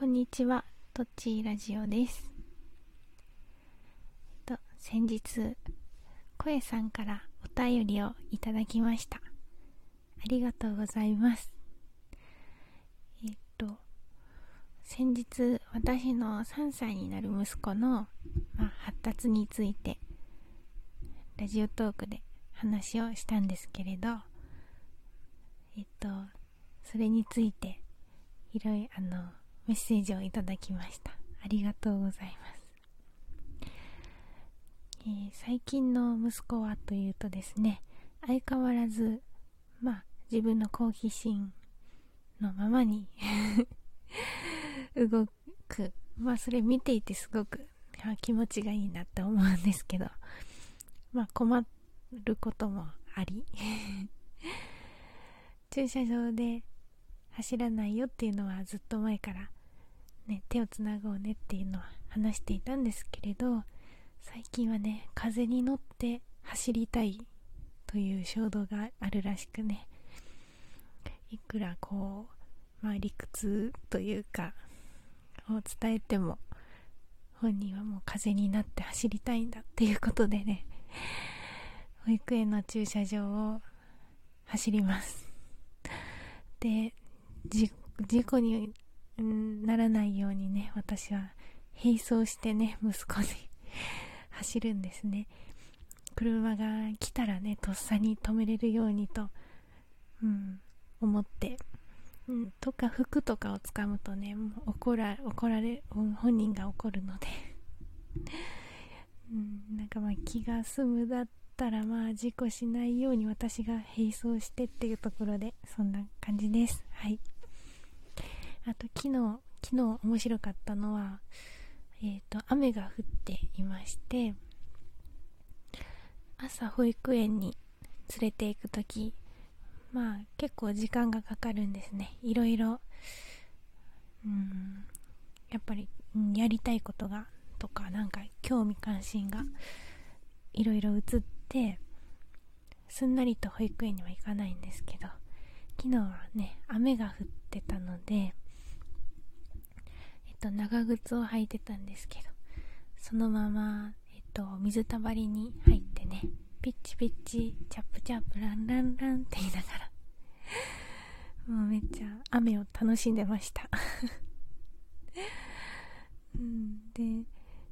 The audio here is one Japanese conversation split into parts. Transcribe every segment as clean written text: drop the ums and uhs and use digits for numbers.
こんにちは、とっちーラジオです。先日、声さんからお便りをいただきました。ありがとうございます。先日、私の3歳になる息子の、発達について、ラジオトークで話をしたんですけれど、それについて、いろいろメッセージをいただきました。ありがとうございます。最近の息子はというとですね、相変わらず自分の好奇心のままに動く。それ見ていてすごく気持ちがいいなって思うんですけど、困ることもあり駐車場で走らないよっていうのはずっと前からね、手をつなごうねっていうのは話していたんですけれど、最近はね、風に乗って走りたいという衝動があるらしくね、いくら理屈というかを伝えても、本人はもう風になって走りたいんだっていうことでね、保育園の駐車場を走ります。で、事故にならないようにね、私は並走してね、息子に走るんですね。車が来たらね、とっさに止めれるようにと、思って、とか服とかを掴むとね、もう怒られ、本人が怒るので気が済むだったら事故しないように私が並走してっていうところで、そんな感じです。はい。あと昨日面白かったのは、雨が降っていまして、朝保育園に連れて行くとき、結構時間がかかるんですね。いろいろやっぱりやりたいことがとか、興味関心がいろいろ移って、すんなりと保育園には行かないんですけど、昨日はね、雨が降ってたので、長靴を履いてたんですけど、そのまま、水たまりに入ってね、ピッチピッチ、チャップチャップ、ランランランって言いながらもうめっちゃ雨を楽しんでましたで、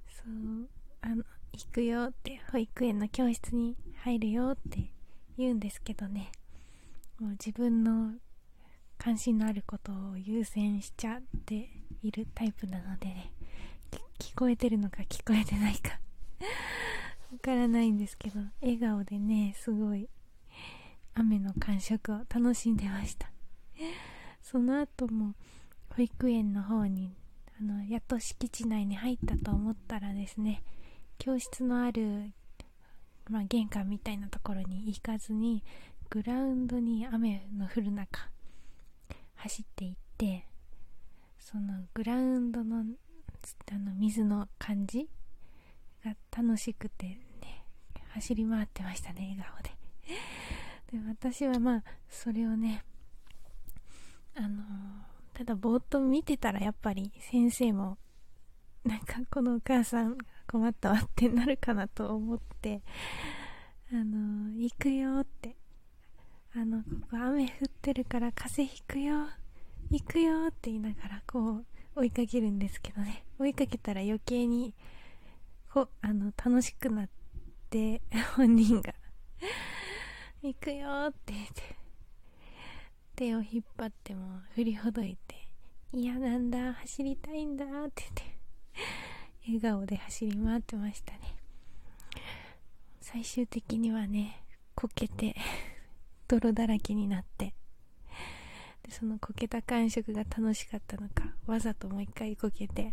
行くよって、保育園の教室に入るよって言うんですけどね、もう自分の関心のあることを優先しちゃっているタイプなのでね、聞こえてるのか聞こえてないかわからないんですけど、笑顔でね、すごい雨の感触を楽しんでました。その後も保育園の方にやっと敷地内に入ったと思ったらですね、教室のある、玄関みたいなところに行かずに、グラウンドに雨の降る中走っていって、そのグラウンドの水の感じが楽しくてね、走り回ってましたね、笑顔で。で、私はそれをね、ただぼーっと見てたら、やっぱり先生もこのお母さん困ったわってなるかなと思って、行くよって、ここ雨降ってるから風邪ひくよ、行くよって言いながら追いかけるんですけどね、追いかけたら余計に楽しくなって、本人が行くよって言って手を引っ張っても振りほどいて、嫌なんだ、走りたいんだって言って笑顔で走り回ってましたね。最終的にはね、こけて泥だらけになって、でそのこけた感触が楽しかったのか、わざともう一回こけて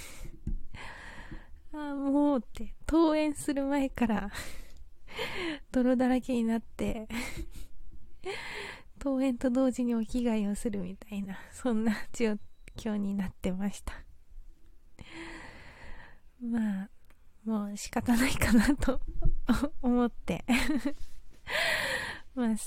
もうって登園する前から泥だらけになって登園と同時にお着替えをするみたいな、そんな状況になってました。もう仕方ないかなと思って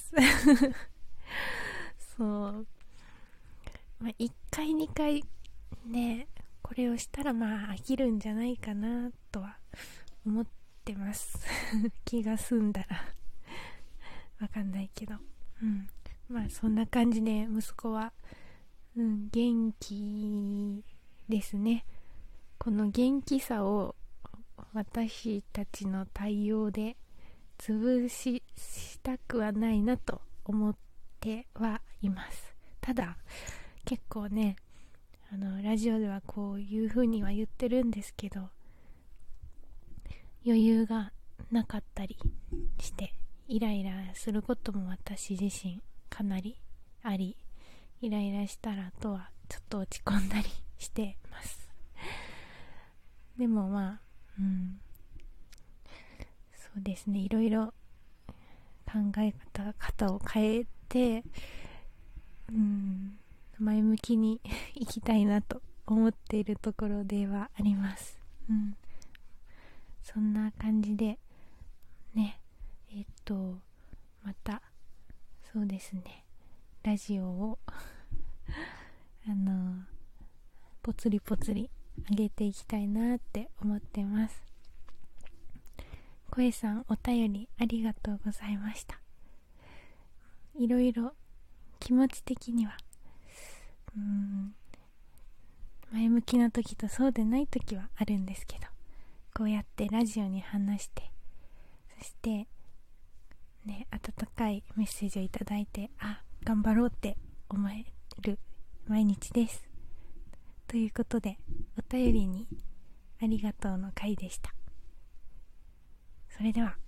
そう1回2回ね、これをしたらまあ飽きるんじゃないかなとは思ってます気が済んだらわかんないけど、まあそんな感じで息子は、元気ですね。この元気さを私たちの対応で潰したくはないなと思ってはいます。ただ結構ね、ラジオではこういう風には言ってるんですけど、余裕がなかったりしてイライラすることも私自身かなりあり、イライラしたらあとはちょっと落ち込んだりしてます。でもまあ、そうですね、いろいろ考え方を変えて、前向きに生きたいなと思っているところではあります。そんな感じでね、またそうですね、ラジオをぽつりぽつり上げていきたいなって思ってます。声さん、お便りありがとうございました。いろいろ気持ち的には前向きな時とそうでない時はあるんですけど、こうやってラジオに話して、そしてね、温かいメッセージをいただいて、頑張ろうって思える毎日です。ということで、お便りにありがとうの回でした。それでは。